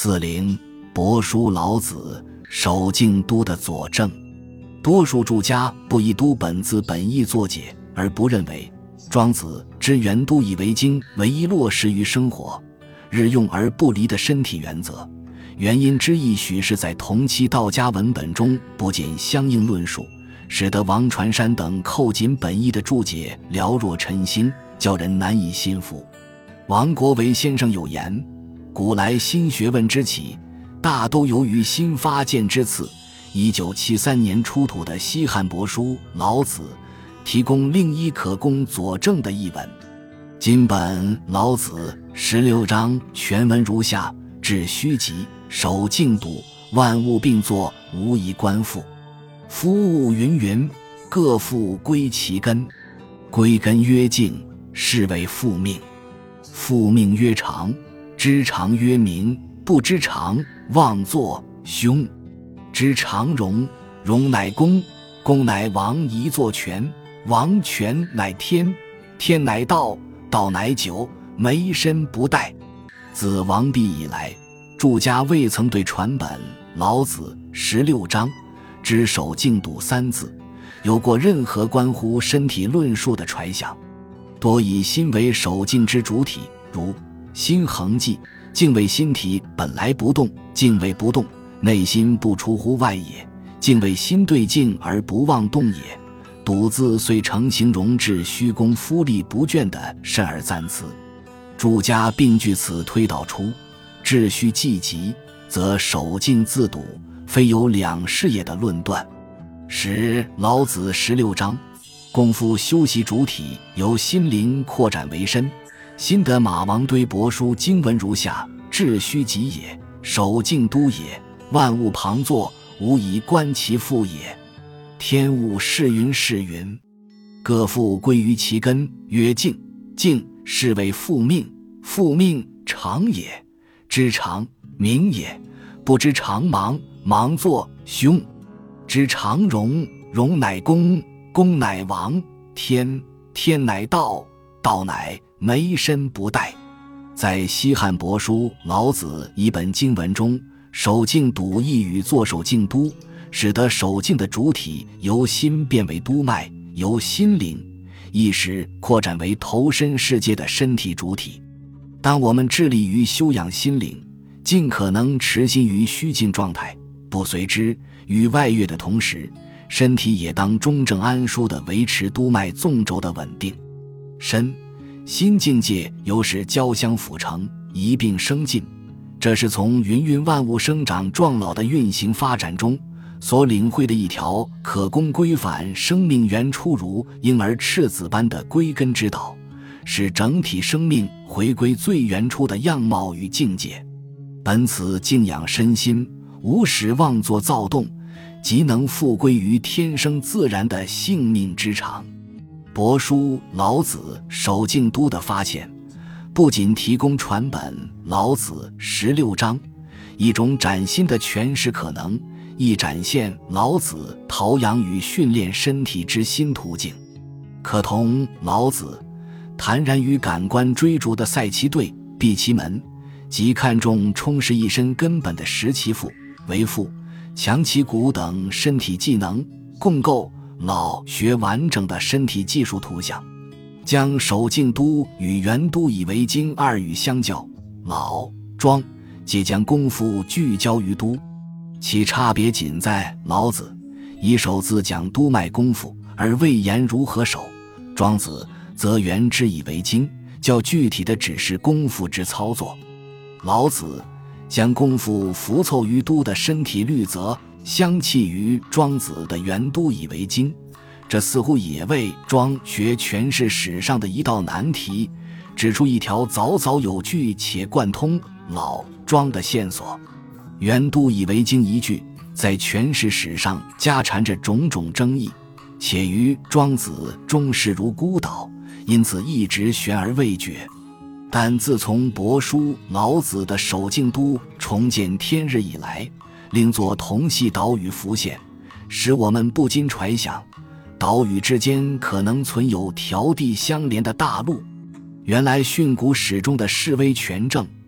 40帛书老子守静都的佐证。多数注家不以都本字本意作解，而不认为庄子之原都以为经唯一落实于生活日用而不离的身体原则，原因之一许是在同期道家文本中不见相应论述，使得王传山等扣紧本意的注解寥若晨星，叫人难以信服。王国维先生有言，古来新学问之起，大都由于新发见之次。1973年出土的西汉帛书《老子》提供另一可供佐证的译文。今本《老子》16章全文如下：致虚极，守静笃，万物并作，无以观复。夫物云云，各复归其根。归根曰静，是谓复命。复命曰常，知常曰明，不知常，妄作，凶。知常容，容乃公，公乃王，一作权，王权乃天，天乃道，道乃久，没身不殆。自王毕以来，注家未曾对传本《老子》16章之守静笃3字有过任何关乎身体论述的揣想，多以心为守静之主体，如心恒寂，静为心体本来不动，静为不动，内心不出乎外也，静为心对静而不妄动也。笃字遂成形容至虚功夫力不倦的甚而赞词。注家并据此推导出致虚既极，则守静自笃，非有两事也的论断。使老子16章功夫修习主体由心灵扩展为身，新得马王堆帛书经文如下：致虚极也，守静笃也，万物旁作，无以观其复也。天物是云是云，各复归于其根，曰静。静是为复命，复命常也，知常明也，不知常盲，盲作，凶。知常容，容乃公，公乃王，天，天乃道，道乃没身不殆。在西汉帛书《老子》一本经文中，守静笃一语作守静都，使得守静的主体由心变为督脉，由心灵意识扩展为投身世界的身体主体。当我们致力于修养心灵，尽可能持心于虚静状态，不随之与外越的同时，身体也当中正安舒地维持督脉纵轴的稳定。身心境界由是交相辅成，一并生进，这是从芸芸万物生长壮老的运行发展中所领会的一条可供规范生命原初如婴儿赤子般的归根之道，使整体生命回归最原初的样貌与境界。本此静养身心，无使妄作躁动，即能复归于天生自然的性命之常。帛书老子守静都的发现，不仅提供传本老子16章一种崭新的诠释可能，亦展现老子陶养与训练身体之新途径。可同老子坦然与感官追逐的赛其队，闭其门，即看重充实一身根本的识其腹、为腹、强其骨等身体技能，共构老学完整的身体技术图像。将守静都与原都以为经二语相较，老庄皆将功夫聚焦于都，其差别仅在老子以守字讲督脉功夫，而未言如何守；庄子则原之以为经，较具体的指示功夫之操作。老子将功夫服凑于都的身体律则相契于庄子的原都以为经，这似乎也为庄学诠释史上的一道难题指出一条早早有据且贯通老庄的线索。原都以为经一句在诠释史上夹缠着种种争议，且于庄子中视如孤岛，因此一直悬而未决。但自从帛书老子的守静都重见天日以来，另作同系岛屿浮现，使我们不禁揣想，岛屿之间可能存有条地相连的大陆。原来训诂史中的示威权政，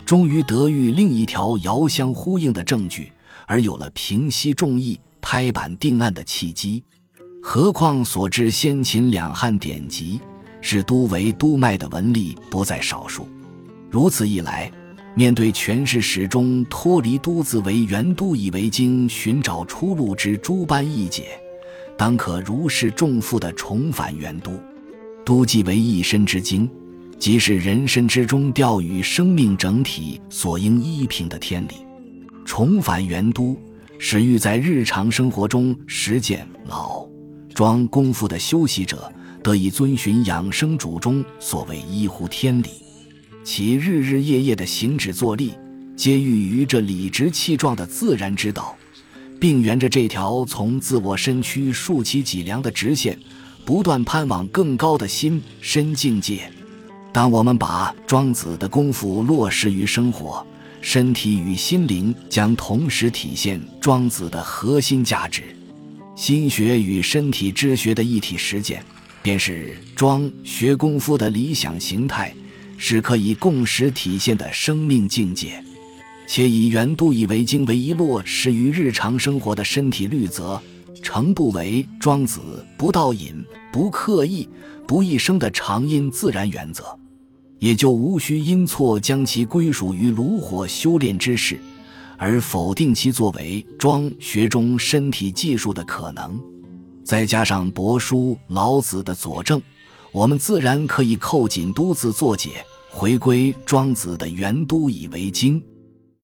终于得遇另一条遥相呼应的证据，而有了平息众议、拍板定案的契机。何况所知先秦两汉典籍，是都为督脉的文例不在少数。如此一来，面对权势始终脱离都字为元都以为经寻找出路之诸般异解，当可如释重负地重返元都。都既为一身之经，即是人身之中调与生命整体所应依凭的天理。重返元都，使欲在日常生活中实践老庄功夫的修习者，得以遵循养生主中所谓依乎天理。其日日夜夜的行止坐立，皆寓于这理直气壮的自然之道，并沿着这条从自我身躯竖起脊梁的直线，不断攀往更高的心身境界。当我们把庄子的功夫落实于生活，身体与心灵将同时体现庄子的核心价值。心学与身体之学的一体实践，便是庄学功夫的理想形态，是可以共识体现的生命境界。且以元都以为经为一落实于日常生活的身体律则，诚不为庄子不道隐、不刻意、不一生的常因自然原则，也就无需因错将其归属于炉火修炼之事，而否定其作为庄学中身体技术的可能。再加上帛书老子的佐证，我们自然可以扣紧都字作解，回归庄子的元都以为经。